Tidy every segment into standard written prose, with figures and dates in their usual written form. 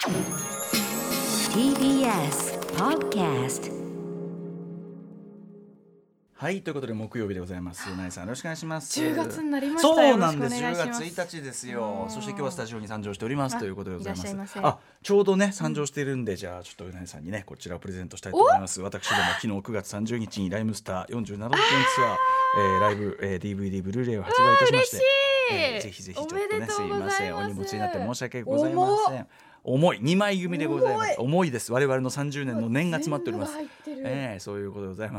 TBS Podcast。 はい、ということで木曜日でございます。うないさんよろしくお願いします。 10月になりました。 そうなんです。10 よろしくお願いします月1日ですよ。そして今日はスタジオに参上しておりますということでございます。 いらっしゃいませ。 ちょうどね参上しているんで、じゃあちょっとうないさんにねこちらをプレゼントしたいと思います。私ども昨日9月30日にライムスター47都県ツアー、ライブ、DVD ブルーレイを発売いたしまして、ぜひぜひちょっとねすいませんお荷物になって申し訳ございません。重い2枚組でございます。重いです。我々の30年の念が詰まっております。そういうことでございます。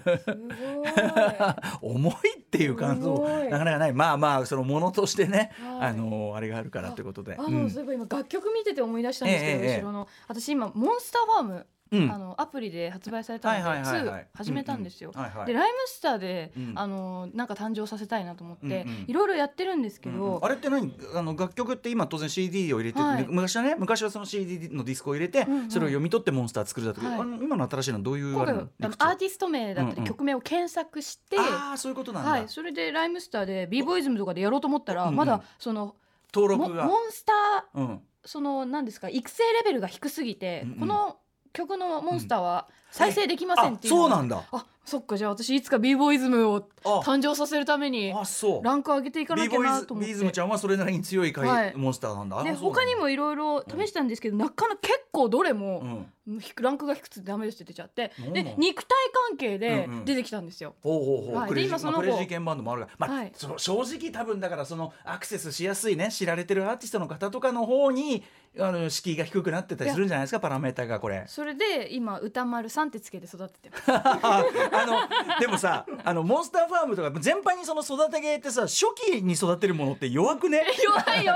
重いっていう感想なかなかない。まあまあそのものとしてね、あれがあるからということで。 そういえば今楽曲見てて思い出したんですけど、後ろの私今モンスターファーム、アプリで発売されたので2始めたんですよ。でライムスターで、なんか誕生させたいなと思っていろいろやってるんですけど、 あれって何楽曲って今当然 CD を入れて、昔はその CD のディスクを入れて、それを読み取ってモンスター作るだとか、今の新しいのはどういうあれなの？ アーティスト名だったり曲名を検索して、 そういうことなんだ。 それでライムスターで b ボイズムとかでやろうと思ったら、まだその登録がモンスター、その何ですか育成レベルが低すぎて、この曲のモンスターは再生できませんっていうの、 そうなんだ。 そっか、じゃあ私いつか b ボイズムを誕生させるためにランク上げていかなきゃなと思って。 b ボイズムちゃんはそれなりに強いモンスターなんだ。 で他にもいろいろ試したんですけど、なかなか結構どれもランクが低くてダメですって出ちゃって、で肉体関係で出てきたんですよ。 クレイジーケンバンドもあるが、その正直多分だからそのアクセスしやすいね知られてるアーティストの方とかの方に敷居が低くなってたりするんじゃないですか、パラメータがこれ。 それで今歌丸さんってつけて育ててます。 でもさモンスターファームとか全般にその育て芸ってさ、初期に育てるものって弱くね？ 弱い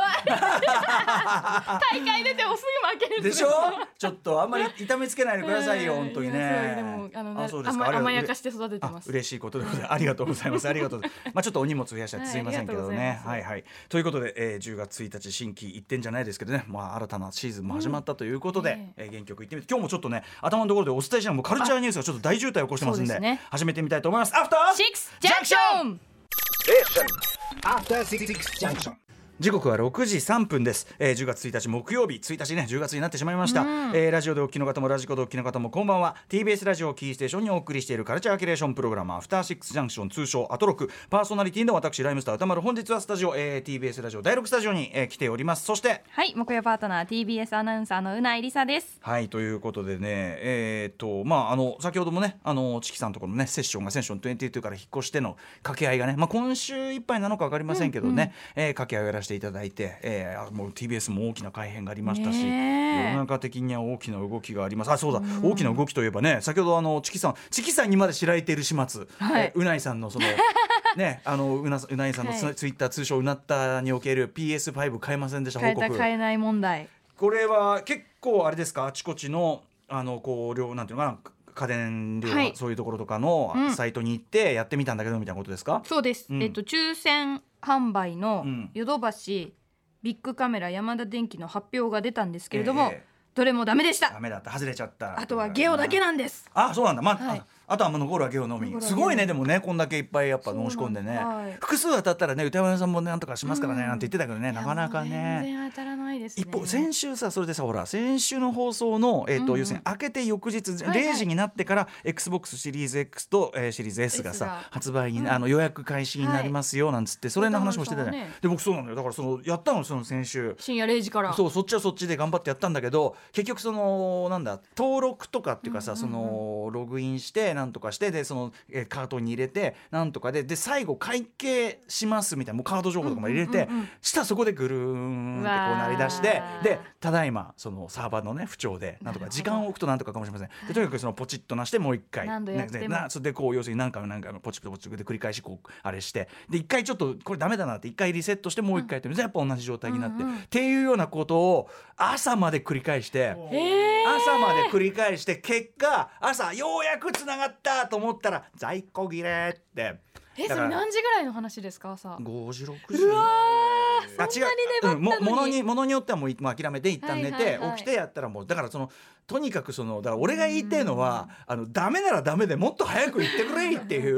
大会出てもすぐ負けるでしょ。ちょっとあんまり痛めつけないでくださいよ本当にね。 でも甘やかして育ててます。 嬉しいことでございます。ありがとうございます。ありがとう。ちょっとお荷物増やしちゃってすいませんけどね。ということで、10月1日新規一点じゃないですけどね、新たなシーズンも始まったということで、原曲いってみて、今日もちょっとね頭のところでお伝えしたのもカルチャーニュースがちょっと大渋滞を起こしてますんで、始めてみたいと思います。アフターシックスジャンクション。 時刻は6時3分です。10月1日木曜日、1日ね10月になってしまいました。ラジオでお聞きの方もラジコでお聞きの方もこんばんは。 TBS ラジオキーステーションにお送りしているカルチャーキュレーションプログラムアフターシックスジャンクション、通称アトロク、パーソナリティの私ライムスター歌丸、本日はスタジオ、TBS ラジオ第6スタジオに、来ております。そして木曜パートナー TBS アナウンサーのうないりさです。 ということでね、先ほどもねチキさんのところのねセッション22から引っ越しての掛け合いがね、今週いっぱいなのか分かりませんけどね、掛け合いをやらせていただいて、もう TBS も大きな改変がありましたし、世の中的には大きな動きがあります。そうだ、大きな動きといえばね、先ほどチキさんにまで知られている始末、うないさんのそのねうないさんのツイッター通称うなったにおける PS5 買えませんでした報告。 買えない問題。 これは結構あれですか、あちこちのこうなんていうのかな、家電量、そういうところとかのサイトに行ってやってみたんだけどみたいなことですか？ そうです、抽選販売のヨドバシビッグカメラヤマダ電機の発表が出たんですけれども、どれもダメでした。 ダメだった、外れちゃった。 あとはゲオだけなんです。 そうなんだ。あとは残るはゲオのみ。すごいね。でもねこんだけいっぱいやっぱ申し込んでね、複数当たったらね歌丸さんもなんとかしますからねなんて言ってたけどね、なかなかね全然当たらないですね。 一方先週さ、それでさほら先週の放送の要するに明けて翌日0時になってから XBOX シリーズ X とシリーズ S がさ発売に予約開始になりますよなんつって、それの話もしてたじゃん。で僕そうなのよ。だからやったのその先週深夜0時からそっちはそっちで頑張ってやったんだけど、結局なんだ登録とかっていうかさ、ログインしてなんとかしてでカートに入れてなんとかで最後会計しますみたいな、もうカード情報とかも入れて、したらそこでぐるーんってこうなりだして、でただいまそのサーバーのね不調でなんとか時間を置くとなんとかかもしれません。でとにかくポチッとなしてもう一回何度やってもそれでこう要するに何回もポチッとポチッとで繰り返しこうあれしてで一回ちょっとこれダメだなって一回リセットしてもう一回やってやっぱ同じ状態になって、っていうようなことを朝まで繰り返して、結果朝ようやくつながったと思ったら在庫切れって。 それ何時ぐらいの話ですか？朝 5時6時。 うわー、そんなに粘ったのに。 ものによってはもう諦めて一旦寝て、起きてやったらもうだからとにかくだから俺が言いたいのはダメならダメでもっと早く言ってくれっていう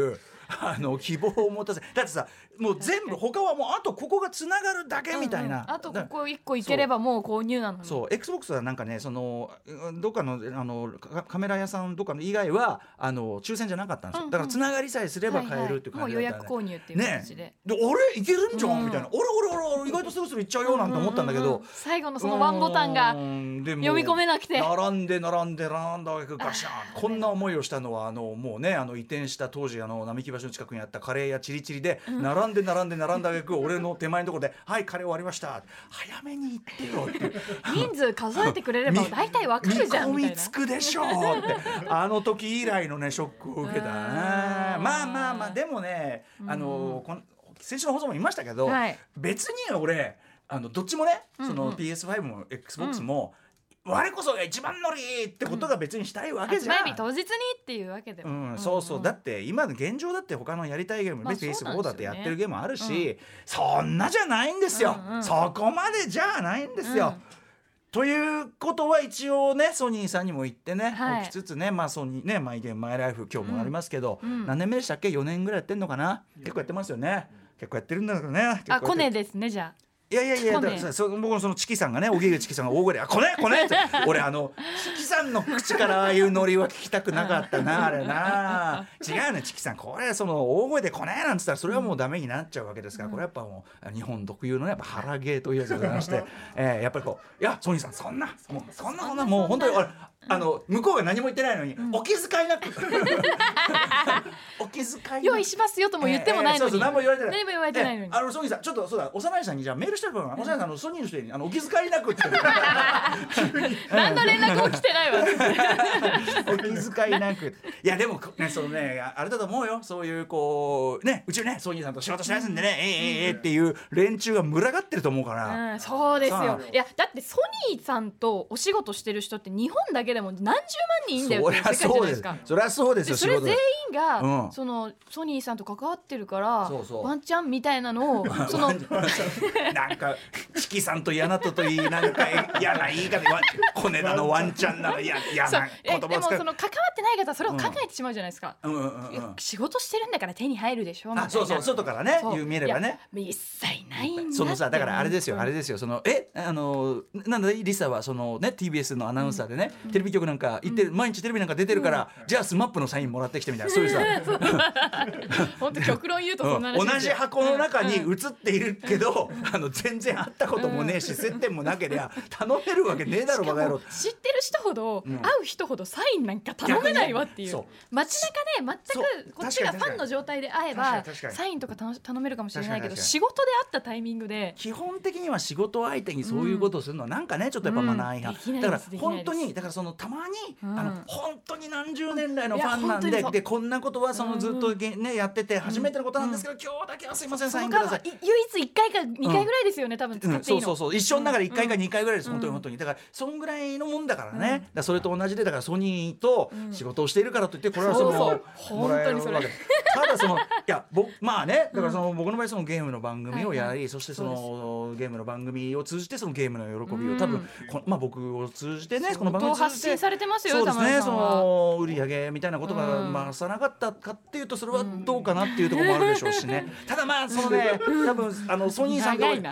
希望を持たせ、だってさもう全部他はもうあとここがつながるだけみたいな、 あとここ1個いければもう購入なのに。 そう XBOX はなんかねそのどっかのカメラ屋さんとかの以外は抽選じゃなかったんですよ、だからつながりさえすれば買えるっていう感じだった、ね、 もう予約購入っていう形で、 で俺いけるんじゃんみたいな、俺意外とスルスルいっちゃうよなんて思ったんだけど、 最後のそのワンボタンが読み込めなくて並んでガシャンこんな思いをしたのはもうね移転した当時並木橋の近くにあったカレー屋チリチリで並んだ挙句俺の手前のところではいカレー終わりました早めに行ってよって人数数えてくれれば大体わかるじゃんみたいな、 見込みつくでしょって時以来のねショックを受けたな。まあでもね先週の放送も言いましたけど、はい、別に俺どっちもねその PS5 も XBOX も、我こそが一番乗りってことが別にしたいわけじゃん、 発売日当日にっていうわけでも、 そうだって今の現状だって他のやりたいゲーム、PS4 だってやってるゲームあるし、そんなじゃないんですよ、そこまでじゃないんですよ、ということは一応ねソニーさんにも言ってね、起きつつね、ソニーねマイゲームマイライフ今日もありますけど、何年目でしたっけ、4年ぐらいやってんのかな、結構やってますよね、結構やってるんだけどね、 コネですねじゃあ。 いや僕のそのチキさんがね荻上チキさんが大声でコネって俺チキさんの口からああいうノリは聞きたくなかったなあれな違うねチキさんこれその大声でコネなんつったらそれはもうダメになっちゃうわけですから、これやっぱもう日本特有のねやっぱ腹芸というやつでございまして、やっぱりいやソニーさんそんなもう本当に向こうが何も言ってないのに、お気遣いなくお気遣いなく用意しますよとも言ってもないのに、 何も言われてないのに、 ソニーさんちょっとそうだ幼いさんにじゃあメールしてるから幼いさんソニーの人にお気遣いなくって何の連絡も来てないわお気遣いなく、いやでもねそのねあれだと思うよ、そういうこうねうちねソニーさんと仕事しないですんでねっていう連中が群がってると思うから、 そうですよ。いやだってソニーさんとお仕事してる人って日本だけでも何十万人いんだよって世界じゃないですか。 そりゃそうですよ。 それ全員が、そのソニーさんと関わってるからワンチャンみたいなのをそのなんかチキさんと嫌なといいなんか嫌な言い方コネだのワンチャンなら嫌な言葉を使う。 でもその関わってない方はそれを考えてしまうじゃないですか。仕事してるんだから手に入るでしょみたいな。 そう外からね見ればね。 一切ないんだ。 そのさだからあれですよそのなんだリサはそのね TBS のアナウンサーでね、テレビ局なんか行って毎日テレビなんか出てるから、じゃあスマップのサインもらってきてみたいな、そういうさ本当極論言うとそんな話同じ箱の中に映っているけど、全然会ったこともねえし、接点もなけりゃ頼めるわけねえだろバカ野郎。 知ってる人ほど、会う人ほどサインなんか頼めないわっていう。街中で全くこっちがファンの状態で会えばサインとか頼めるかもしれないけど、仕事で会ったタイミングで基本的には仕事相手にそういうことをするのはなんかねちょっとやっぱマナー違反、だから本当にそのたまに本当に何十年来のファンなんでこんなことはそのずっとねやってて初めてのことなんですけど、今日だけはすいませんサインください。 唯一1回か2回ぐらいですよね、多分使っていいの。 そう一生の中で1回か2回ぐらいです、本当にだからそんぐらいのもんだからね、だそれと同じでだからソニーと仕事をしているからといってこれはそのもらえるわけ。ただそのいやまあねだからその僕の場合そのゲームの番組をやり、そしてそのゲームの番組を通じてそのゲームの喜びを多分僕を通じてねこの番組を通じて発信されてますよ。 そうですね、その売り上げみたいなことが増さなかったかっていうとそれはどうかなっていうところもあるでしょうしね。ただまあそのね多分ソニーさんとこ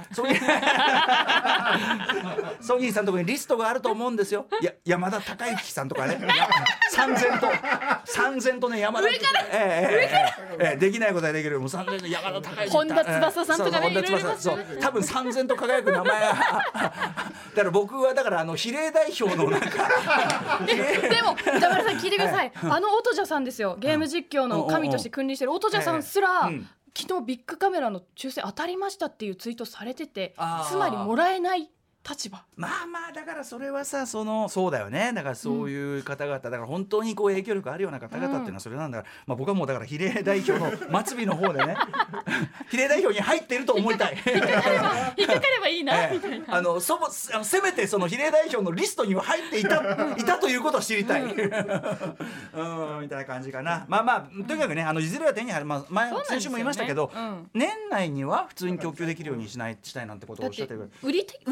ソニーさんとこにリストがあると思うんですよ。山田孝之さんとかね三千とね山田上からできないことはできるもう三千の山田孝之本田翼さんとかねそう多分三千と輝く名前がだから僕はだから比例代表のなんかでも歌丸さん聞いてください。オトジャさんですよ、ゲーム実況の神として君臨してるオトジャさんすら、昨日ビッグカメラの抽選当たりましたっていうツイートされてて、つまりもらえない立場。 まあだからそれはさそうだよね。だからそういう方々だから本当にこう影響力あるような方々っていうのはそれなんだから、僕はもうだから比例代表の末尾の方でね比例代表に入っていると思いたい。 引っかかればいいなみたいな。 せめてその比例代表のリストには入っていたということを知りたいみたいな感じかな。とにかくねいずれは手に入る、先週も言いましたけど、年内には普通に供給できるようにしたいなんてことをおっしゃってる。 売りたいで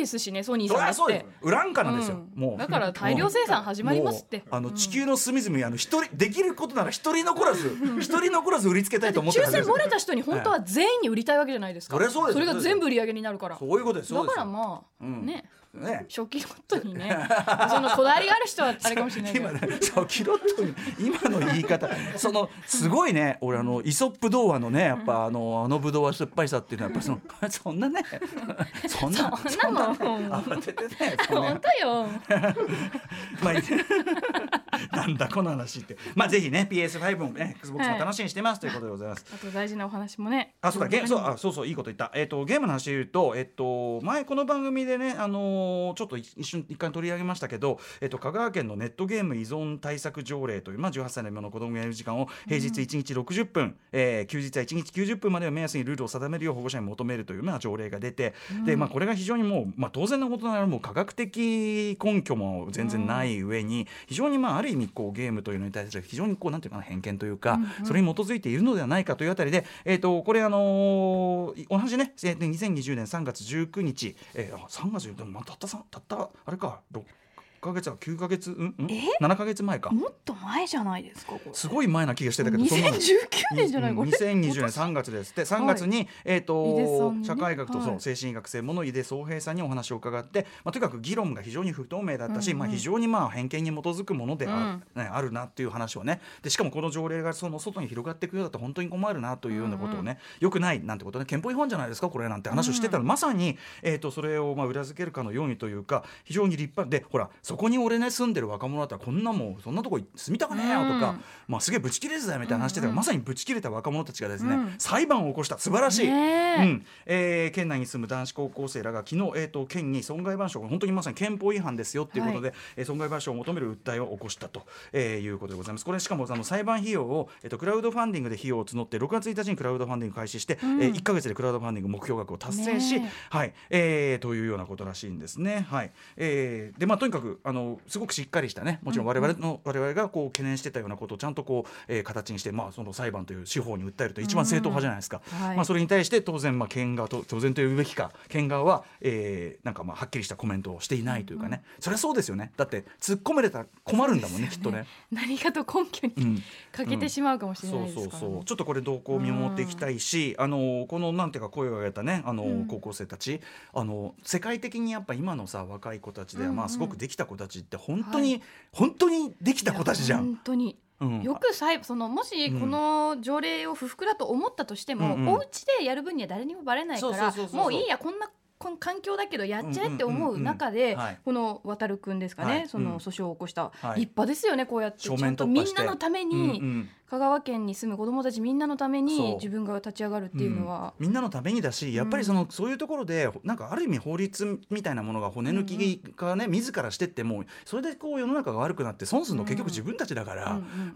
ですしね、ソニーさんだって。 そうです、ウランカなんですよ、もうだから大量生産始まりますって。 地球の隅々一人できることなら一人残らず売りつけたいと思ってるはずです。 抽選漏れた人に本当は全員に売りたいわけじゃないですか。それが全部売り上げになるから。 そういうことです。 だからまあね、初期ロットにね、そのこだわりがある人はあれかもしれないけど、 初期ロットに今の言い方すごいね。俺イソップ童話のね、やっぱブドウは酸っぱいさっていうのはやっぱそんなねそんなもん慌ててね、 本当よまあなんだこの話って。まあぜひね PS5 もね Xbox も楽しみにしてますということでございます。 あと大事なお話もね。 そういいこと言った。ゲームの話で言うと前この番組でねちょっと一回取り上げましたけど、香川県のネットゲーム依存対策条例という、18歳の今の子供がやる時間を平日1日60分、休日は1日90分までを目安にルールを定めるよう保護者に求めるという、条例が出て、でこれが非常にもう、当然なことながらもう科学的根拠も全然ない上に、非常にある意味こうゲームというのに対する非常になんていうかな、偏見というか、それに基づいているのではないかというあたりで、これ同じね2020年3月19日、3月でもたったあれか6ヶ月は9ヶ月7ヶ月前か。 もっと前じゃないですか。これすごい前な気がしてたけど、 2019年じゃないこれ。 2020年3月です。で3月に、社会学と精神医学専門の井出宗平さんにお話を伺って、とにかく議論が非常に不透明だったし、非常に偏見に基づくものであるなっていう話をね。でしかもこの条例がその外に広がっていくようだと本当に困るなというようなことをね、よくないなんてことね、憲法違反じゃないですかこれなんて話をしてたら、まさに、それを裏付けるかのようにというか、非常に立派で、ほらそこに俺ね住んでる若者だったらこんなもんそんなとこ住みたくねえよとか、すげえブチ切れずだよみたいな話してたら、まさにブチ切れた若者たちがですね、裁判を起こした。素晴らしい、県内に住む男子高校生らが昨日、県に損害賠償、本当にまさに憲法違反ですよっていうことで、損害賠償を求める訴えを起こしたと、いうことでございます。これしかも裁判費用を、クラウドファンディングで費用を募って6月1日にクラウドファンディング開始して、1ヶ月でクラウドファンディング目標額を達成し、というようなことらしいんですね。でとにかくすごくしっかりしたね、もちろん我々がこう懸念してたようなことをちゃんとこう、形にして、その裁判という司法に訴えると一番正当派じゃないですか。それに対して当然県側と当然というべきか、県側は、なんかはっきりしたコメントをしていないというかね、それはそうですよね。だって突っ込めれたら困るんだもんねきっとね。 何かと根拠に欠けてしまうかもしれないですからね。 ちょっとこれ動向を見守っていきたいし、このなんていうか声を上げたね高校生たち、世界的にやっぱ今のさ若い子たちでは、すごくできた子たちって本当にできた子たちじゃん。 本当によくもしこの条例を不服だと思ったとしても、お家でやる分には誰にもバレないから、もういいやこんな環境だけどやっちゃえって思う中で、この渡るくんですかね、その訴訟を起こした、立派ですよね。こうやってちゃんとみんなのために、香川県に住む子どもたちみんなのために自分が立ち上がるっていうのは、 みんなのためにだし、やっぱりそういうところでなんかある意味法律みたいなものが骨抜きがね、自らしてってもそれでこう世の中が悪くなって損するの結局自分たちだから、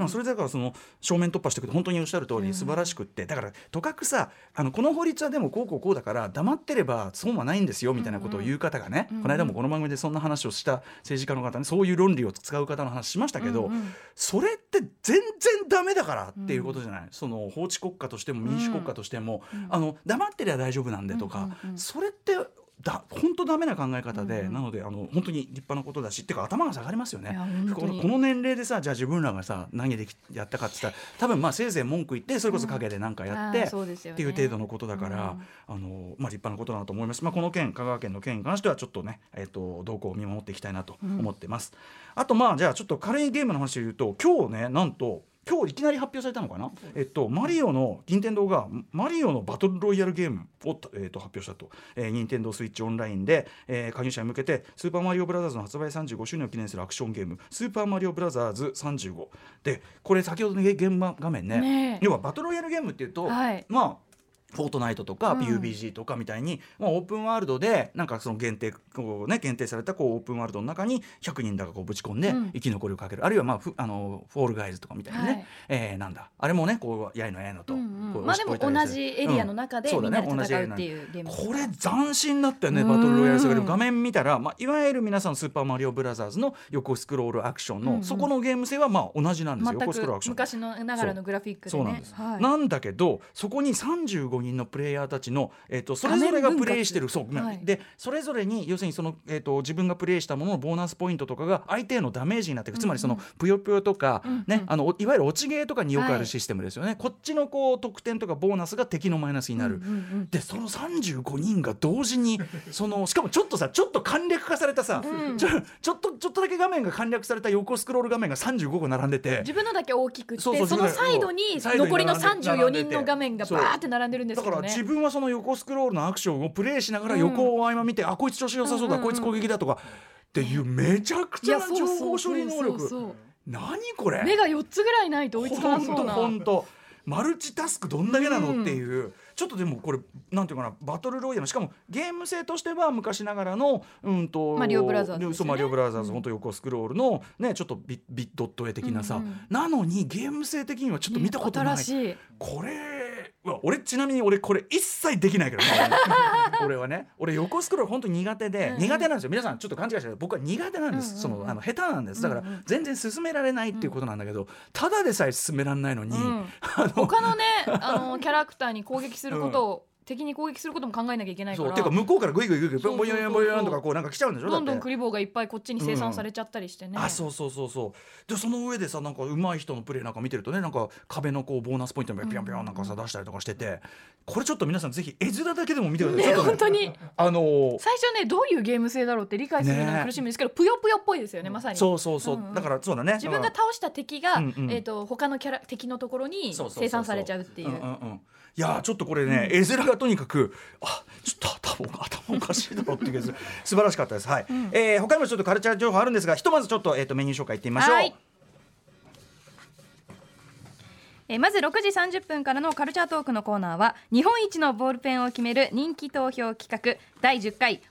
それだから正面突破していくと本当におっしゃる通り素晴らしくって、だからとかくさこの法律はでもこうだから黙ってれば損はないんですよみたいなことを言う方がね、この間もこの番組でそんな話をした政治家の方ね、そういう論理を使う方の話しましたけど、それって全然ダメだからっていうことじゃない。その法治国家としても民主国家としても、黙ってりゃ大丈夫なんでとか、それって本当ダメな考え方で、なので本当に立派なことだしっていうか頭が下がりますよね。この年齢でさ、じゃあ自分らがさ何でやったかって言ったら多分せいぜい文句言ってそれこそ陰で何かやって、っていう程度のことだから、立派なことだなと思います。この件香川県の件に関してはちょっとね、動向を見守っていきたいなと思ってます。あとじゃあちょっと軽いゲームの話で言うと、今日ねなんと今日いきなり発表されたのかな、任天堂がマリオのバトルロイヤルゲームを、発表したと、任天堂スイッチオンラインで、加入者に向けてスーパーマリオブラザーズの発売35周年を記念するアクションゲームスーパーマリオブラザーズ35で、これ先ほどの現場画面ね、要はバトルロイヤルゲームっていうと、フォートナイトとか PUBG とかみたいに、オープンワールドでなんかその限定されたオープンワールドの中に100人だかぶち込んで生き残りをかける、あるいはフォールガイズとかみたいなね、なんだあれもねこうやいのと、 でも同じエリアの中でみんなで戦うっていうゲーム、 これ斬新だったよね。バトルロイヤルで画面見たら、いわゆる皆さんスーパーマリオブラザーズの横スクロールアクションの、そこのゲーム性は同じなんですよ。 全く昔のながらのグラフィックでね。 そうなんです、なんだけどそこに35 35人のプレイヤーたちの、それぞれがプレイしてるそう、 はい、 でそれぞれに要するにその、自分がプレイしたもののボーナスポイントとかが相手へのダメージになっていく、つまりそのぷよぷよとか、ね、いわゆる落ちゲーとかによくあるシステムですよね、こっちのこう得点とかボーナスが敵のマイナスになる、でその35人が同時にしかもちょっと簡略化されたさ、ちょっとだけ画面が簡略された横スクロール画面が35個並んでて、 自分のだけ大きくて、 そうそのサイドに残りの34人の画面がバーって並んでるんですけどね。 だから自分はその横スクロールのアクションをプレイしながら横を合間見て、あこいつ調子良さそうだ、こいつ攻撃だとかっていうめちゃくちゃな情報処理能力、何これ、 目が4つぐらいないと追いつかなそうな、 本当マルチタスクどんだけなのっていう、ちょっとでもこれなんていうかな、バトルロイヤル、しかもゲーム性としては昔ながらのマリオブラザーズですよね。 そうマリオブラザーズ、本当横スクロールのねちょっとビッドット絵的なさ、なのにゲーム性的にはちょっと見たことない、これちなみに俺これ一切できないけどね俺はね、横スクロール本当に苦手で、苦手なんですよ。皆さんちょっと勘違いしてる、僕は苦手なんです、下手なんです。だから全然進められないっていうことなんだけど、ただでさえ進められないのに、 他のねキャラクターに攻撃することを、敵に攻撃することも考えなきゃいけないから、 そうてか向こうからグイグイボヨヨヨボヨヨンとかこうなんか来ちゃうんでしょ、 どんどんクリボーがいっぱいこっちに生産されちゃったりしてね、 そうでその上でさ、なんか上手い人のプレイなんか見てるとね、なんか壁のこうボーナスポイントピョンピョンなんかさ出したりとかしてて、これちょっと皆さんぜひ絵面だけでも見てください、 本当に最初ねどういうゲーム性だろうって理解するのが苦しみですけど、ぷよぷよっぽいですよね、まさに。 そう、だからそうだね、 自分が倒した敵が他の敵のところに生産されちゃうっていう。 いやちょっとこれね、絵面がとにかくちょっと頭おかしいだろうっていう気がする素晴らしかったです。はい、他にもちょっとカルチャー情報あるんですが、ひとまずちょっと、メニュー紹介いってみましょう。 まず6時30分からのカルチャートークのコーナーは、日本一のボールペンを決める人気投票企画第10回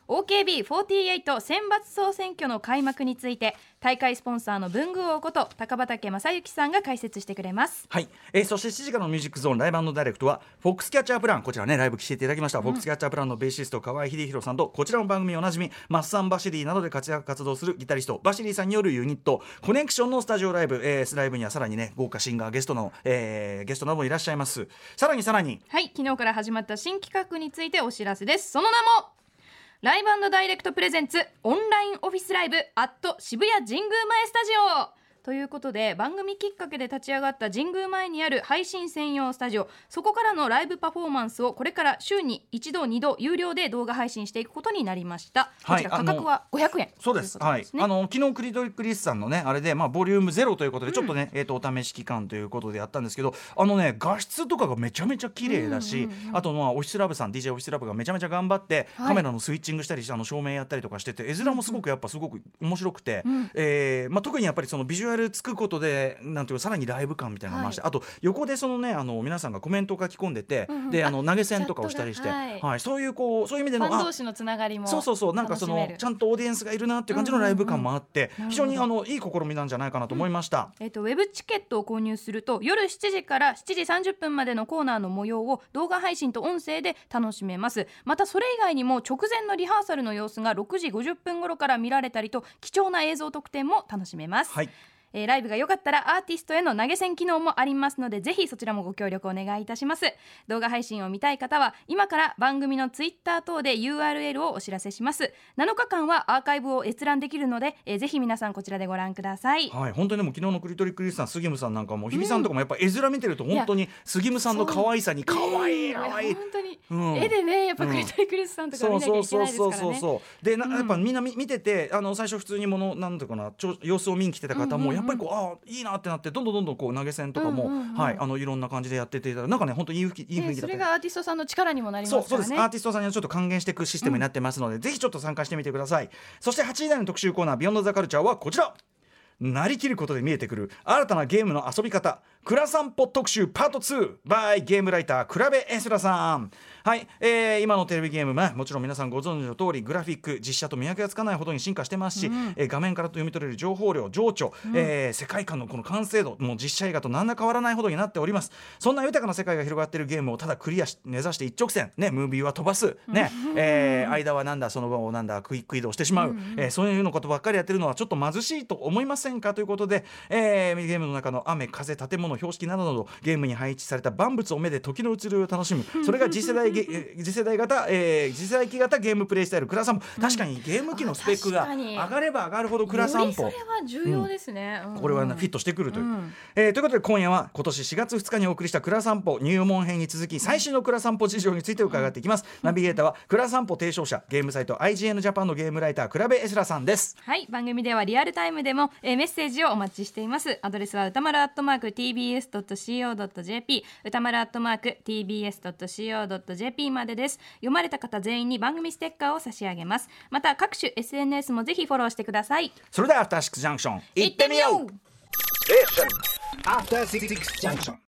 OKB48 選抜総選挙の開幕について、大会スポンサーの文具王こと高畠正幸さんが解説してくれます。 はい、そして7時からのミュージックゾーンライブ&ダイレクトはフォックスキャッチャープラン、こちらねライブ来ていただきました、フォックスキャッチャープランのベーシスト河合秀弘さんと、こちらの番組おなじみマッサンバシリーなどで活動するギタリストバシリーさんによるユニットコネクションのスタジオライブ、ライブにはさらにね豪華シンガーゲストなどもいらっしゃいます。さらにはい、 昨日から始まった新企画についてお知らせです。その名もライブ&ダイレクトプレゼンツオンラインオフィスライブ渋谷神宮前スタジオということで、番組きっかけで立ち上がった神宮前にある配信専用スタジオ、そこからのライブパフォーマンスをこれから週に1度2度有料で動画配信していくことになりました。こちら価格は500円。 そうです。はい。昨日クリトリクリスさんのねあれでボリューム0ということでちょっとね、お試し期間ということでやったんですけど、画質とかがめちゃめちゃ綺麗だし、あとオフィスラブさん DJ オフィスラブがめちゃめちゃ頑張って、カメラのスイッチングしたりして照明やったりとかしてて、絵面もすごく面白くて、特にやっぱりそのビジュアルつくことでなんていうさらにライブ感みたいなのが増して、あと横で皆さんがコメントを書き込んでて、で投げ銭とかをしたりして、そういう意味でのファン同士のつながりもなんかちゃんとオーディエンスがいるなっていう感じのライブ感もあって、非常にいい試みなんじゃないかなと思いました。 ウェブチケットを購入すると夜7時から7時30分までのコーナーの模様を動画配信と音声で楽しめます。またそれ以外にも直前のリハーサルの様子が6時50分頃から見られたりと、貴重な映像特典も楽しめます。はい、ライブが良かったらアーティストへの投げ銭機能もありますので、ぜひそちらもご協力お願いいたします。動画配信を見たい方は今から番組のツイッター等で URL をお知らせします。7日間はアーカイブを閲覧できるので、ぜひ皆さんこちらでご覧ください。 はい、本当にも昨日のクリトリクリスさん、杉ムさんなんかも日比さんとかもやっぱ絵面見てると本当に杉ムさんの可愛さに可愛い本当に、絵でねやっぱクリトリクリスさんとか見なきゃいけないですからね。 でやっぱみんな見てて最初普通になんていうかな様子を見に来てた方もやっぱりいいなってなって、どんどん投げ銭とかもいろんな感じでやってて、なんかね本当にいい雰囲気だった。 それがアーティストさんの力にもなりますからね。 そうです。アーティストさんにはちょっと還元していくシステムになってますので、ぜひちょっと参加してみてください。そして8時台の特集コーナービヨンドザカルチャーはこちら、なりきることで見えてくる新たなゲームの遊び方、クラ散歩特集パート2 by ゲームライタークラベエスラさん。はい、今のテレビゲーム、もちろん皆さんご存知の通りグラフィック実写と見分けがつかないほどに進化してますし、画面からと読み取れる情報量、情緒、世界観のこの完成度も実写映画と何ら変わらないほどになっております。そんな豊かな世界が広がっているゲームをただクリア目指して一直線、ムービーは飛ばす、間はなんだその後なんだクイック移動してしまう、そういうのことばっかりやってるのはちょっと貧しいと思いませせんかということで、ゲームの中の雨風建物標識などなどゲームに配置された万物を目で時の移ろいを楽しむ、それが次世代機型ゲームプレイスタイル蔵散歩。確かにゲーム機のスペックが上がれば上がるほど蔵散歩、 それは重要ですね、 これはフィットしてくるという、ということで今夜は今年4月2日にお送りした蔵散歩入門編に続き最新の蔵散歩事情について伺っていきます。ナビゲーターは蔵散歩提唱者ゲームサイト IGN ジャパンのゲームライター倉部エスラさんです。 はい、番組ではリアルタイムでも、メッセージをお待ちしています。アドレスは歌丸@tbs.co.jp 歌丸@tbs.co.jp までです。読まれた方全員に番組ステッカーを差し上げます。また各種 SNS もぜひフォローしてください。 それではアフターシックスジャンクション行ってみよう。 After 66 junction.